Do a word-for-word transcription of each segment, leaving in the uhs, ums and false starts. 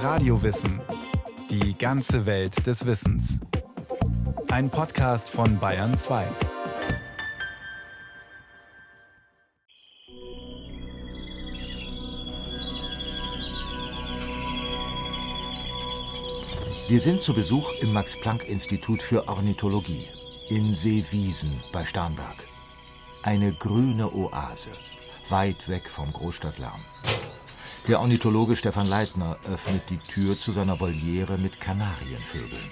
Radiowissen. Die ganze Welt des Wissens. Ein Podcast von Bayern zwei. Wir sind zu Besuch im Max-Planck-Institut für Ornithologie in Seewiesen bei Starnberg. Eine grüne Oase, weit weg vom Großstadtlärm. Der Ornithologe Stefan Leitner öffnet die Tür zu seiner Voliere mit Kanarienvögeln.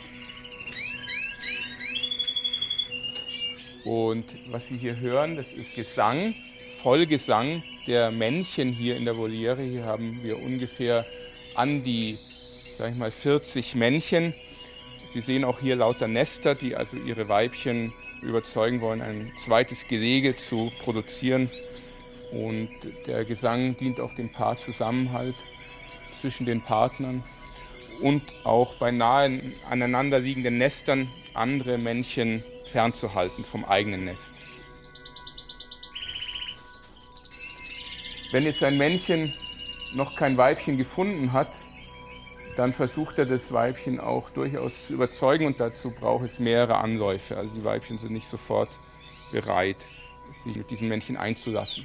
Und was Sie hier hören, das ist Gesang, Vollgesang der Männchen hier in der Voliere. Hier haben wir ungefähr an die, sag ich mal, vierzig Männchen. Sie sehen auch hier lauter Nester, die also ihre Weibchen überzeugen wollen, ein zweites Gelege zu produzieren. Und der Gesang dient auch dem Paarzusammenhalt zwischen den Partnern und auch bei nahe aneinanderliegenden Nestern andere Männchen fernzuhalten vom eigenen Nest. Wenn jetzt ein Männchen noch kein Weibchen gefunden hat, dann versucht er das Weibchen auch durchaus zu überzeugen und dazu braucht es mehrere Anläufe. Also die Weibchen sind nicht sofort bereit, sich mit diesen Männchen einzulassen.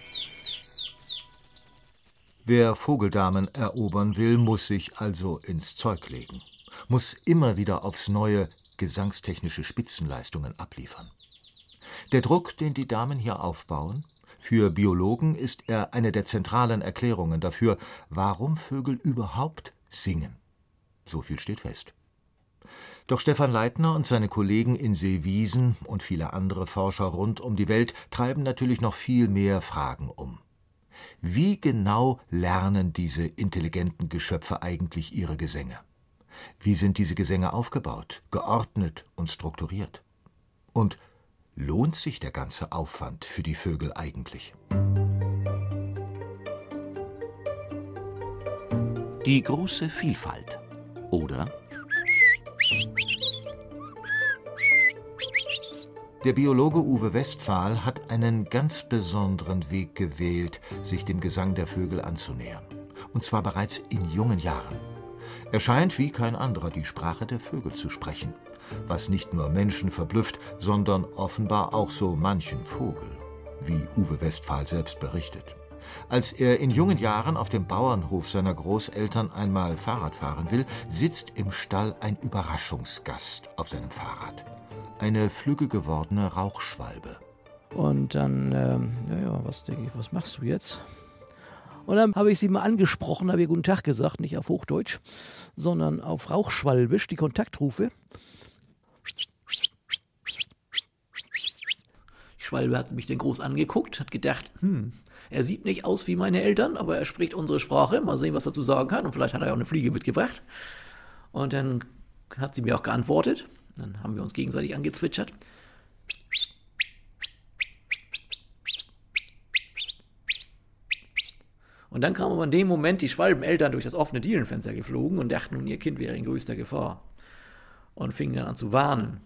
Wer Vogeldamen erobern will, muss sich also ins Zeug legen, muss immer wieder aufs Neue gesangstechnische Spitzenleistungen abliefern. Der Druck, den die Damen hier aufbauen, für Biologen ist er eine der zentralen Erklärungen dafür, warum Vögel überhaupt singen. So viel steht fest. Doch Stefan Leitner und seine Kollegen in Seewiesen und viele andere Forscher rund um die Welt treiben natürlich noch viel mehr Fragen um. Wie genau lernen diese intelligenten Geschöpfe eigentlich ihre Gesänge? Wie sind diese Gesänge aufgebaut, geordnet und strukturiert? Und lohnt sich der ganze Aufwand für die Vögel eigentlich? Die große Vielfalt. Oder der Biologe Uwe Westphal hat einen ganz besonderen Weg gewählt, sich dem Gesang der Vögel anzunähern. Und zwar bereits in jungen Jahren. Er scheint wie kein anderer die Sprache der Vögel zu sprechen, was nicht nur Menschen verblüfft, sondern offenbar auch so manchen Vogel, wie Uwe Westphal selbst berichtet. Als er in jungen Jahren auf dem Bauernhof seiner Großeltern einmal Fahrrad fahren will, sitzt im Stall ein Überraschungsgast auf seinem Fahrrad. Eine flügge gewordene Rauchschwalbe. Und dann, ähm, ja, ja, was denke ich, was machst du jetzt? Und dann habe ich sie mal angesprochen, habe ihr guten Tag gesagt, nicht auf Hochdeutsch, sondern auf Rauchschwalbisch, die Kontaktrufe. Die Schwalbe hat mich dann groß angeguckt, hat gedacht, hm, er sieht nicht aus wie meine Eltern, aber er spricht unsere Sprache, mal sehen, was er zu sagen kann. Und vielleicht hat er auch eine Fliege mitgebracht. Und dann hat sie mir auch geantwortet. Dann haben wir uns gegenseitig angezwitschert. Und dann kamen aber in dem Moment die Schwalbeneltern durch das offene Dielenfenster geflogen und dachten nun, ihr Kind wäre in größter Gefahr. Und fingen dann an zu warnen.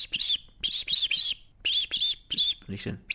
Und ich dann.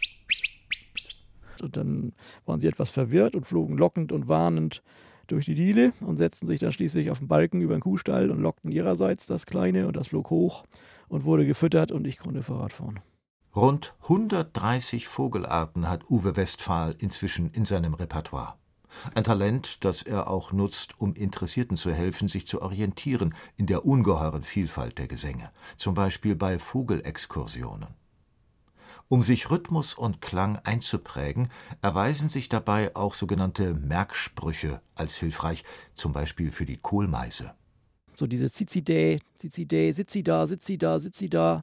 Und dann waren sie etwas verwirrt und flogen lockend und warnend durch die Diele und setzten sich dann schließlich auf den Balken über den Kuhstall und lockten ihrerseits das Kleine und das flog hoch und wurde gefüttert und ich konnte Fahrrad fahren. Rund hundertdreißig Vogelarten hat Uwe Westphal inzwischen in seinem Repertoire. Ein Talent, das er auch nutzt, um Interessierten zu helfen, sich zu orientieren in der ungeheuren Vielfalt der Gesänge, zum Beispiel bei Vogelexkursionen. Um sich Rhythmus und Klang einzuprägen, erweisen sich dabei auch sogenannte Merksprüche als hilfreich, zum Beispiel für die Kohlmeise. So dieses Zizidä, Zizidä, sitzi da, sitzi da, sitzi da.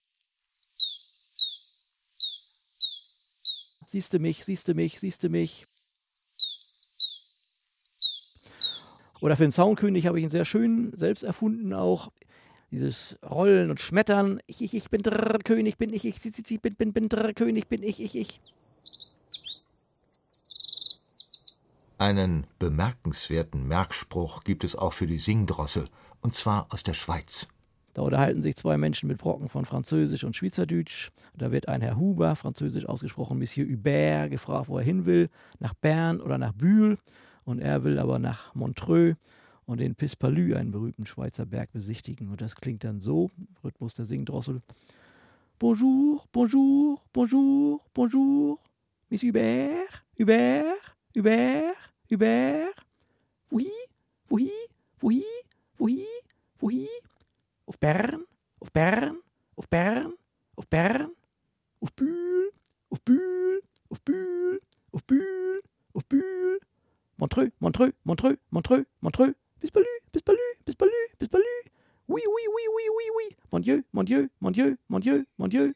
Siehste mich, siehste mich, siehste mich. Oder für den Soundkönig habe ich einen sehr schönen, selbst erfunden auch. Dieses Rollen und Schmettern. Ich, ich, ich bin drrr, König, bin ich, ich, ich, ich bin, bin, bin drrr, König, bin ich, ich, ich. Einen bemerkenswerten Merkspruch gibt es auch für die Singdrossel, und zwar aus der Schweiz. Da unterhalten sich zwei Menschen mit Brocken von Französisch und Schweizerdeutsch. Da wird ein Herr Huber, französisch ausgesprochen Monsieur Hubert, gefragt, wo er hin will, nach Bern oder nach Bühl. Und er will aber nach Montreux. und den Pispalü, einen berühmten Schweizer Berg, besichtigen. Und das klingt dann so, Rhythmus der Singdrossel. Bonjour, bonjour, bonjour, bonjour. Miss Hubert, Hubert, Hubert, Hubert. Wohi, wohi, wohi, wohi, wohi. Auf Bern, auf Bern, auf Bern, auf Bern. Auf Bühl, auf Bühl, auf Bühl, auf Bühl, auf Bühl. Montreux, Montreux, Montreux, Montreux, Montreux. Pispalü, Pispalü, Pispalü, Pispalü. Oui, oui, oui, oui, oui, oui. Mon Dieu, mon Dieu, mon Dieu, mon Dieu, mon Dieu.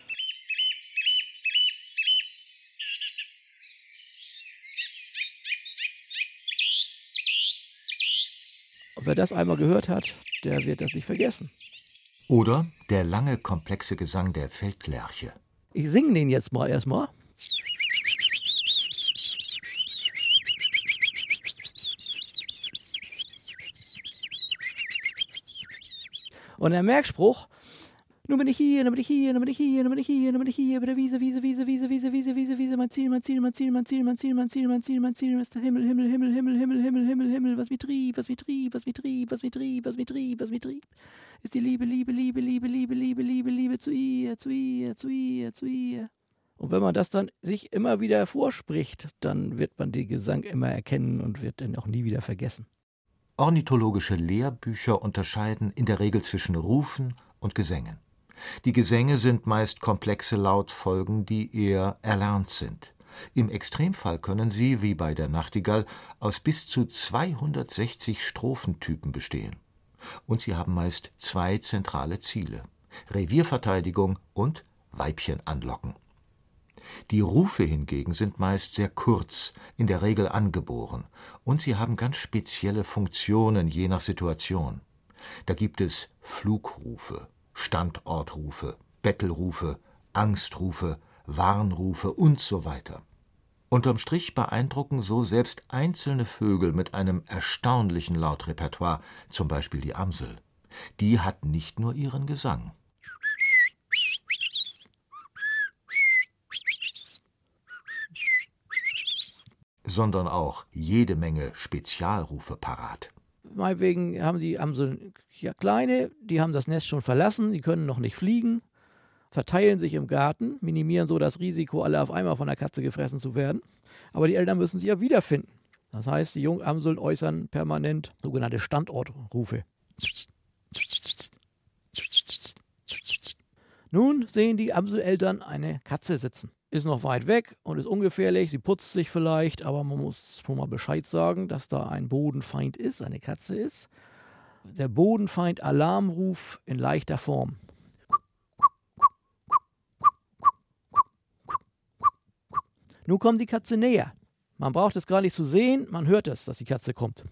Und wer das einmal gehört hat, der wird das nicht vergessen. Oder der lange, komplexe Gesang der Feldlerche. Ich singe den jetzt mal erstmal. Und der Merkspruch, nun bin ich hier, nun bin ich hier, nun bin ich hier, nun bin ich hier, nun bin ich hier, bei der Wiese, Wiese, Wiese, Wiese, Wiese, Wiese, Wiese, Wiese, mein Ziel, mein Ziel, mein Ziel, mein Ziel, mein Ziel, mein Ziel, mein Ziel, mein Ziel, ist der Himmel, Himmel, Himmel, Himmel, Himmel, Himmel, Himmel, Himmel, was mich trieb, was mich trieb, was mich trieb, was mich trieb, was mich trieb, was mich trieb, ist die Liebe, Liebe, Liebe, Liebe, Liebe, Liebe, Liebe, Liebe zu ihr, zu ihr, zu ihr, zu ihr. Und wenn man das dann sich immer wieder vorspricht, dann wird man den Gesang immer erkennen und wird dann auch nie wieder vergessen. Ornithologische Lehrbücher unterscheiden in der Regel zwischen Rufen und Gesängen. Die Gesänge sind meist komplexe Lautfolgen, die eher erlernt sind. Im Extremfall können sie, wie bei der Nachtigall, aus bis zu zweihundertsechzig Strophentypen bestehen. Und sie haben meist zwei zentrale Ziele: Revierverteidigung und Weibchen anlocken. Die Rufe hingegen sind meist sehr kurz, in der Regel angeboren, und sie haben ganz spezielle Funktionen je nach Situation. Da gibt es Flugrufe, Standortrufe, Bettelrufe, Angstrufe, Warnrufe und so weiter. Unterm Strich beeindrucken so selbst einzelne Vögel mit einem erstaunlichen Lautrepertoire, zum Beispiel die Amsel. Die hat nicht nur ihren Gesang. Sondern auch jede Menge Spezialrufe parat. Meinetwegen haben die Amseln ja kleine, die haben das Nest schon verlassen, die können noch nicht fliegen, verteilen sich im Garten, minimieren so das Risiko, alle auf einmal von der Katze gefressen zu werden. Aber die Eltern müssen sie ja wiederfinden. Das heißt, die Jungamseln äußern permanent sogenannte Standortrufe. Nun sehen die Amseleltern eine Katze sitzen. Ist noch weit weg und ist ungefährlich, sie putzt sich vielleicht, aber man muss schon mal Bescheid sagen, dass da ein Bodenfeind ist, eine Katze ist. Der Bodenfeind Alarmruf in leichter Form. Nun kommt die Katze näher. Man braucht es gar nicht zu sehen, man hört es, dass die Katze kommt.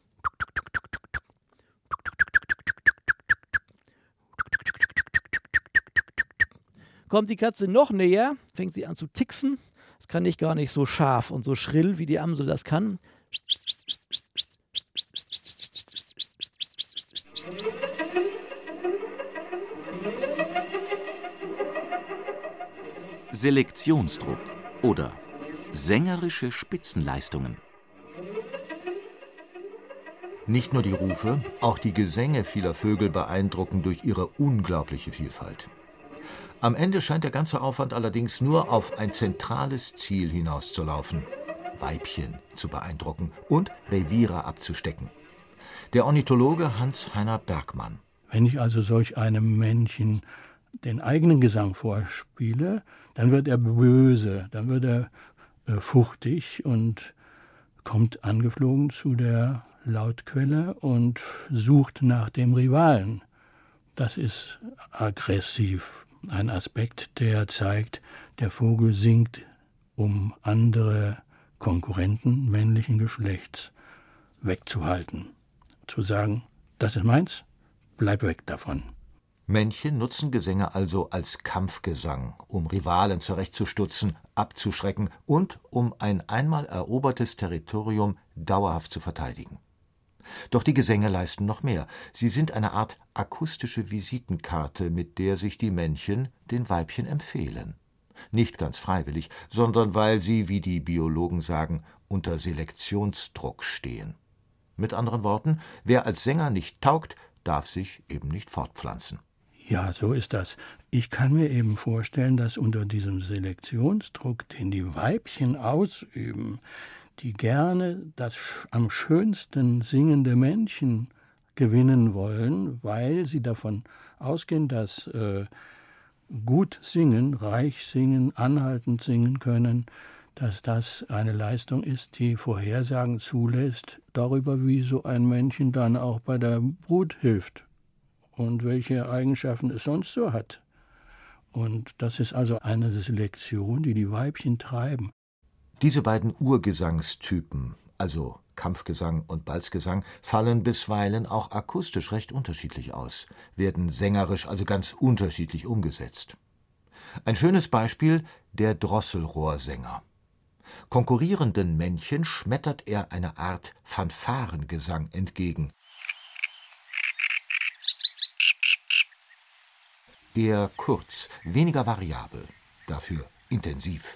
Kommt die Katze noch näher, fängt sie an zu ticksen. Das kann ich gar nicht so scharf und so schrill, wie die Amsel das kann. Selektionsdruck oder sängerische Spitzenleistungen. Nicht nur die Rufe, auch die Gesänge vieler Vögel beeindrucken durch ihre unglaubliche Vielfalt. Am Ende scheint der ganze Aufwand allerdings nur auf ein zentrales Ziel hinauszulaufen: Weibchen zu beeindrucken und Reviere abzustecken. Der Ornithologe Hans-Heiner Bergmann. Wenn ich also solch einem Männchen den eigenen Gesang vorspiele, dann wird er böse, dann wird er äh, fuchtig und kommt angeflogen zu der Lautquelle und sucht nach dem Rivalen. Das ist aggressiv. Ein Aspekt, der zeigt, der Vogel singt, um andere Konkurrenten männlichen Geschlechts wegzuhalten. Zu sagen, das ist meins, bleib weg davon. Männchen nutzen Gesänge also als Kampfgesang, um Rivalen zurechtzustutzen, abzuschrecken und um ein einmal erobertes Territorium dauerhaft zu verteidigen. Doch die Gesänge leisten noch mehr. Sie sind eine Art akustische Visitenkarte, mit der sich die Männchen den Weibchen empfehlen. Nicht ganz freiwillig, sondern weil sie, wie die Biologen sagen, unter Selektionsdruck stehen. Mit anderen Worten, wer als Sänger nicht taugt, darf sich eben nicht fortpflanzen. Ja, so ist das. Ich kann mir eben vorstellen, dass unter diesem Selektionsdruck, den die Weibchen ausüben, die gerne das am schönsten singende Männchen gewinnen wollen, weil sie davon ausgehen, dass äh, gut singen, reich singen, anhaltend singen können, dass das eine Leistung ist, die Vorhersagen zulässt darüber, wie so ein Männchen dann auch bei der Brut hilft und welche Eigenschaften es sonst so hat. Und das ist also eine Selektion, die die Weibchen treiben. Diese beiden Urgesangstypen, also Kampfgesang und Balzgesang, fallen bisweilen auch akustisch recht unterschiedlich aus, werden sängerisch also ganz unterschiedlich umgesetzt. Ein schönes Beispiel: der Drosselrohrsänger. Konkurrierenden Männchen schmettert er eine Art Fanfarengesang entgegen. Eher kurz, weniger variabel, dafür intensiv.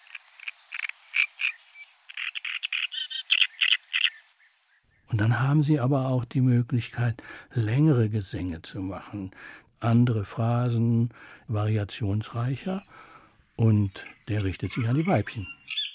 Und dann haben sie aber auch die Möglichkeit, längere Gesänge zu machen, andere Phrasen, variationsreicher, und der richtet sich an die Weibchen.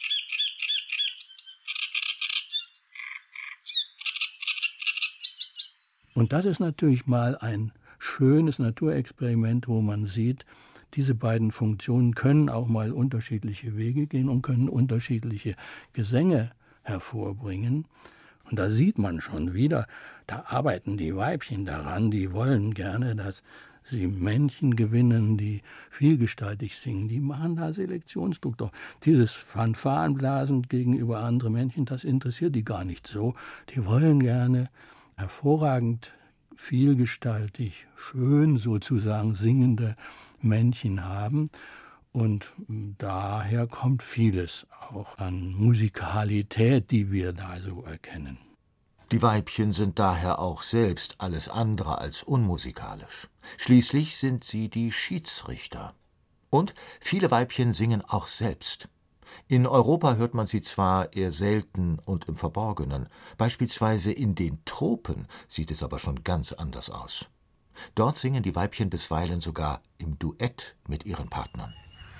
Und das ist natürlich mal ein schönes Naturexperiment, wo man sieht, diese beiden Funktionen können auch mal unterschiedliche Wege gehen und können unterschiedliche Gesänge hervorbringen. Und da sieht man schon wieder, da arbeiten die Weibchen daran, die wollen gerne, dass sie Männchen gewinnen, die vielgestaltig singen. Die machen da Selektionsdruck. Doch dieses Fanfarenblasen gegenüber anderen Männchen, das interessiert die gar nicht so. Die wollen gerne hervorragend, vielgestaltig, schön sozusagen singende Männchen haben. Und daher kommt vieles auch an Musikalität, die wir da so erkennen. Die Weibchen sind daher auch selbst alles andere als unmusikalisch. Schließlich sind sie die Schiedsrichter. Und viele Weibchen singen auch selbst. In Europa hört man sie zwar eher selten und im Verborgenen, beispielsweise in den Tropen sieht es aber schon ganz anders aus. Dort singen die Weibchen bisweilen sogar im Duett mit ihren Partnern.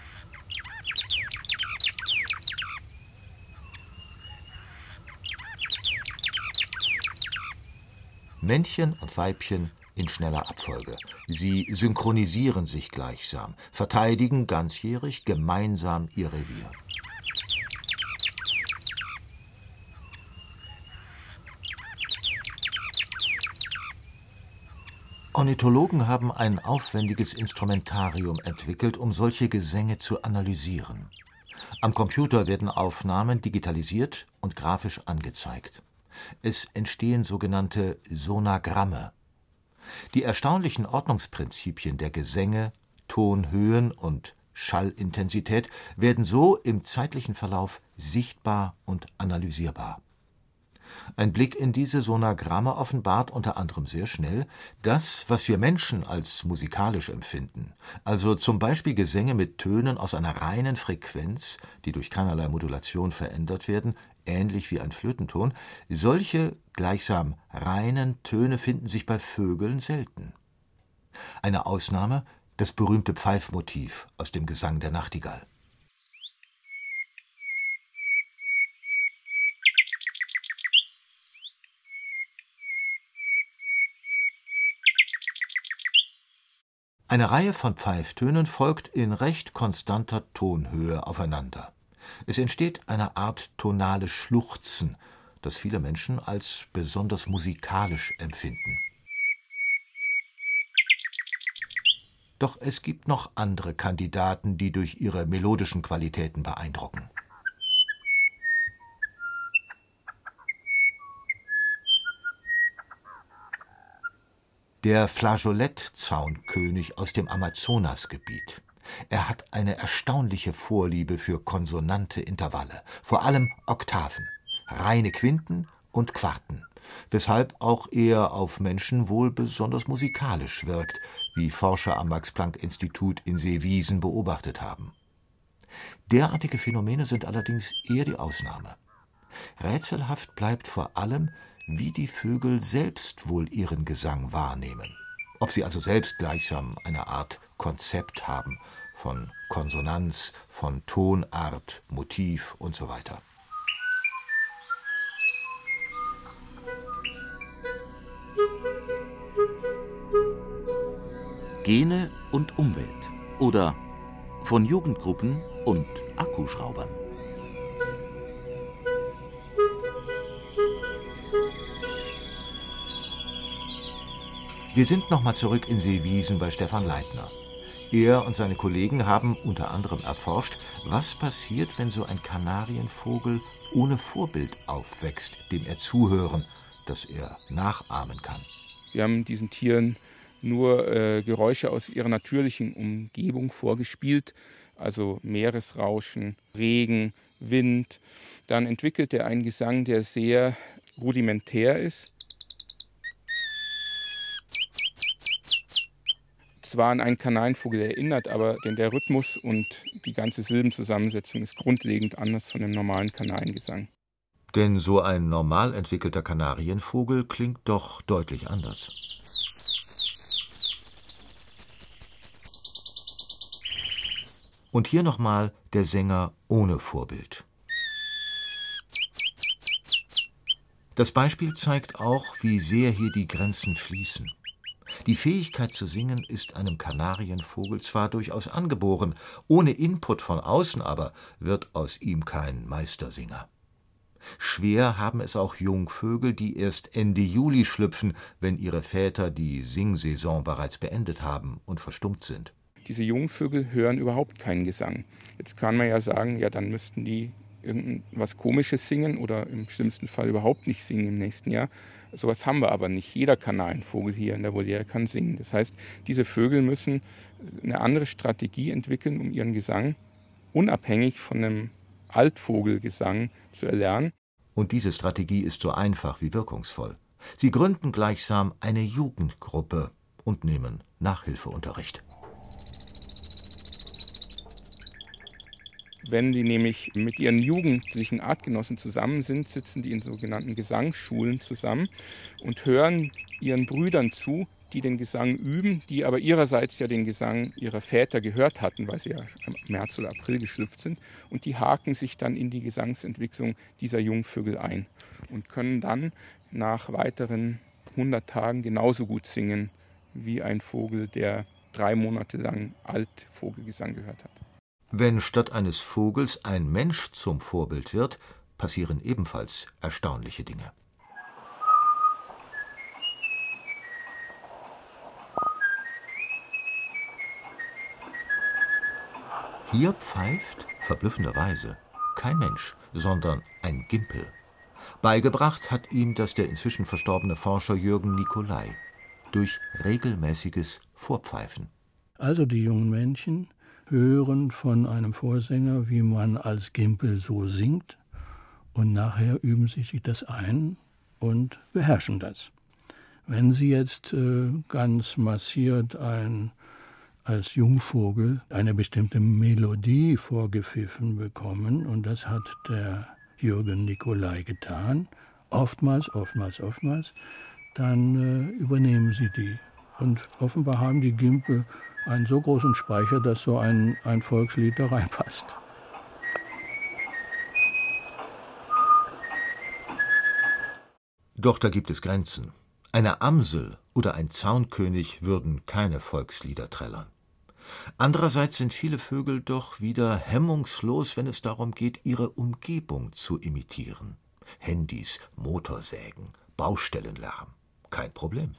Männchen und Weibchen in schneller Abfolge. Sie synchronisieren sich gleichsam, verteidigen ganzjährig gemeinsam ihr Revier. Ornithologen haben ein aufwendiges Instrumentarium entwickelt, um solche Gesänge zu analysieren. Am Computer werden Aufnahmen digitalisiert und grafisch angezeigt. Es entstehen sogenannte Sonagramme. Die erstaunlichen Ordnungsprinzipien der Gesänge, Tonhöhen und Schallintensität werden so im zeitlichen Verlauf sichtbar und analysierbar. Ein Blick in diese Sonagramme offenbart unter anderem sehr schnell, das, was wir Menschen als musikalisch empfinden, also zum Beispiel Gesänge mit Tönen aus einer reinen Frequenz, die durch keinerlei Modulation verändert werden, ähnlich wie ein Flötenton, solche gleichsam reinen Töne finden sich bei Vögeln selten. Eine Ausnahme, das berühmte Pfeifmotiv aus dem Gesang der Nachtigall. Eine Reihe von Pfeiftönen folgt in recht konstanter Tonhöhe aufeinander. Es entsteht eine Art tonales Schluchzen, das viele Menschen als besonders musikalisch empfinden. Doch es gibt noch andere Kandidaten, die durch ihre melodischen Qualitäten beeindrucken. Der Flageolettzaunnkönig aus dem Amazonasgebiet. Er hat eine erstaunliche Vorliebe für konsonante Intervalle, vor allem Oktaven, reine Quinten und Quarten, weshalb auch er auf Menschen wohl besonders musikalisch wirkt, wie Forscher am Max-Planck-Institut in Seewiesen beobachtet haben. Derartige Phänomene sind allerdings eher die Ausnahme. Rätselhaft bleibt vor allem, wie die Vögel selbst wohl ihren Gesang wahrnehmen. Ob sie also selbst gleichsam eine Art Konzept haben von Konsonanz, von Tonart, Motiv und so weiter. Gene und Umwelt oder von Jugendgruppen und Akkuschraubern. Wir sind nochmal zurück in Seewiesen bei Stefan Leitner. Er und seine Kollegen haben unter anderem erforscht, was passiert, wenn so ein Kanarienvogel ohne Vorbild aufwächst, dem er zuhören, das er nachahmen kann. Wir haben diesen Tieren nur äh, Geräusche aus ihrer natürlichen Umgebung vorgespielt, also Meeresrauschen, Regen, Wind. Dann entwickelt er einen Gesang, der sehr rudimentär ist. Zwar an einen Kanarienvogel erinnert, aber denn der Rhythmus und die ganze Silbenzusammensetzung ist grundlegend anders von dem normalen Kanariengesang. Denn so ein normal entwickelter Kanarienvogel klingt doch deutlich anders. Und hier nochmal der Sänger ohne Vorbild. Das Beispiel zeigt auch, wie sehr hier die Grenzen fließen. Die Fähigkeit zu singen ist einem Kanarienvogel zwar durchaus angeboren, ohne Input von außen aber wird aus ihm kein Meistersinger. Schwer haben es auch Jungvögel, die erst Ende Juli schlüpfen, wenn ihre Väter die Singsaison bereits beendet haben und verstummt sind. Diese Jungvögel hören überhaupt keinen Gesang. Jetzt kann man ja sagen, ja, dann müssten die irgendwas Komisches singen oder im schlimmsten Fall überhaupt nicht singen im nächsten Jahr. Sowas haben wir aber nicht. Jeder Kanarienvogel hier in der Voliere kann singen. Das heißt, diese Vögel müssen eine andere Strategie entwickeln, um ihren Gesang unabhängig von einem Altvogelgesang zu erlernen. Und diese Strategie ist so einfach wie wirkungsvoll. Sie gründen gleichsam eine Jugendgruppe und nehmen Nachhilfeunterricht. Wenn die nämlich mit ihren jugendlichen Artgenossen zusammen sind, sitzen die in sogenannten Gesangsschulen zusammen und hören ihren Brüdern zu, die den Gesang üben, die aber ihrerseits ja den Gesang ihrer Väter gehört hatten, weil sie ja im März oder April geschlüpft sind. Und die haken sich dann in die Gesangsentwicklung dieser Jungvögel ein und können dann nach weiteren hundert Tagen genauso gut singen wie ein Vogel, der drei Monate lang Altvogelgesang gehört hat. Wenn statt eines Vogels ein Mensch zum Vorbild wird, passieren ebenfalls erstaunliche Dinge. Hier pfeift, verblüffenderweise, kein Mensch, sondern ein Gimpel. Beigebracht hat ihm das der inzwischen verstorbene Forscher Jürgen Nicolai durch regelmäßiges Vorpfeifen. Also die jungen Männchen hören von einem Vorsänger, wie man als Gimpel so singt, und nachher üben sie sich das ein und beherrschen das. Wenn sie jetzt äh, ganz massiert ein, als Jungvogel eine bestimmte Melodie vorgepfiffen bekommen, und das hat der Jürgen Nicolai getan, oftmals, oftmals, oftmals, dann äh, übernehmen sie die. Und offenbar haben die Gimpel einen so großen Speicher, dass so ein, ein Volkslied da reinpasst. Doch da gibt es Grenzen. Eine Amsel oder ein Zaunkönig würden keine Volkslieder trällern. Andererseits sind viele Vögel doch wieder hemmungslos, wenn es darum geht, ihre Umgebung zu imitieren. Handys, Motorsägen, Baustellenlärm. Kein Problem.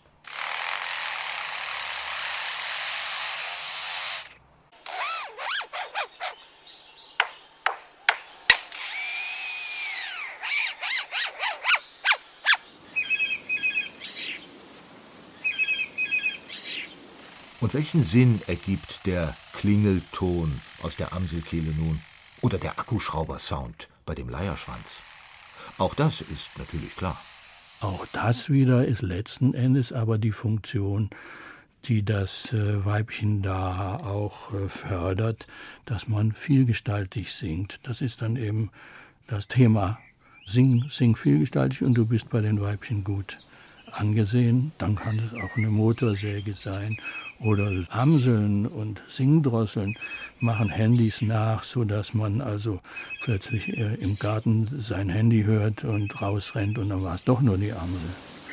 Und welchen Sinn ergibt der Klingelton aus der Amselkehle nun? Oder der Akkuschrauber-Sound bei dem Leierschwanz? Auch das ist natürlich klar. Auch das wieder ist letzten Endes aber die Funktion, die das äh, Weibchen da auch äh, fördert, dass man vielgestaltig singt. Das ist dann eben das Thema sing, sing vielgestaltig und du bist bei den Weibchen gut angesehen. Dann kann es auch eine Motorsäge sein oder Amseln und Singdrosseln machen Handys nach, sodass man also plötzlich äh, im Garten sein Handy hört und rausrennt und dann war es doch nur die Amsel.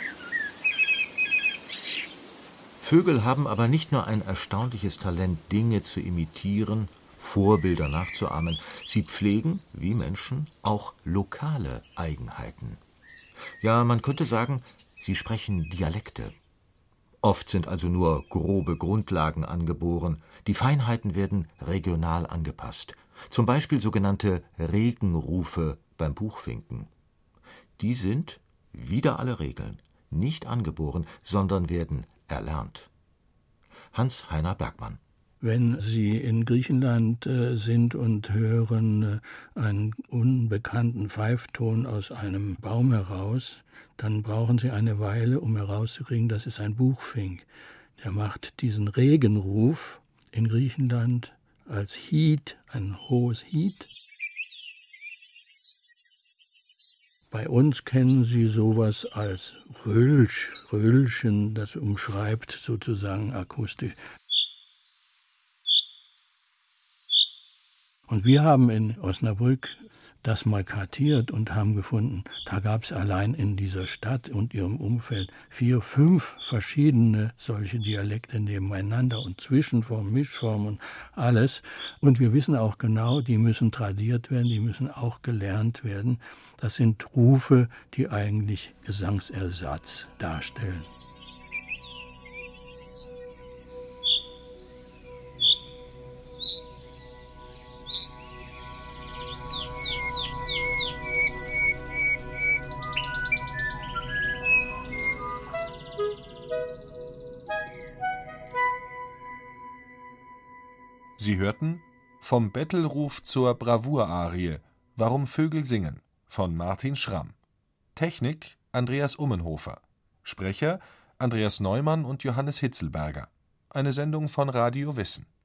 Vögel haben aber nicht nur ein erstaunliches Talent, Dinge zu imitieren, Vorbilder nachzuahmen. Sie pflegen, wie Menschen, auch lokale Eigenheiten. Ja, man könnte sagen, sie sprechen Dialekte. Oft sind also nur grobe Grundlagen angeboren. Die Feinheiten werden regional angepasst. Zum Beispiel sogenannte Regenrufe beim Buchfinken. Die sind, wider alle Regeln, nicht angeboren, sondern werden erlernt. Hans-Heiner Bergmann. Wenn Sie in Griechenland äh, sind und hören äh, einen unbekannten Pfeifton aus einem Baum heraus, dann brauchen Sie eine Weile, um herauszukriegen, das ist ein Buchfink. Der macht diesen Regenruf in Griechenland als Hiet, ein hohes Hiet. Bei uns kennen Sie sowas als Rülsch, Rülschen, das umschreibt sozusagen akustisch. Und wir haben in Osnabrück das mal kartiert und haben gefunden, da gab es allein in dieser Stadt und ihrem Umfeld vier, fünf verschiedene solche Dialekte nebeneinander und Zwischenform, Mischform und alles. Und wir wissen auch genau, die müssen tradiert werden, die müssen auch gelernt werden. Das sind Rufe, die eigentlich Gesangsersatz darstellen. Sie hörten Vom Bettelruf zur Bravour-Arie, Warum Vögel singen, von Martin Schramm. Technik Andreas Ummenhofer. Sprecher Andreas Neumann und Johannes Hitzelberger. Eine Sendung von Radio Wissen.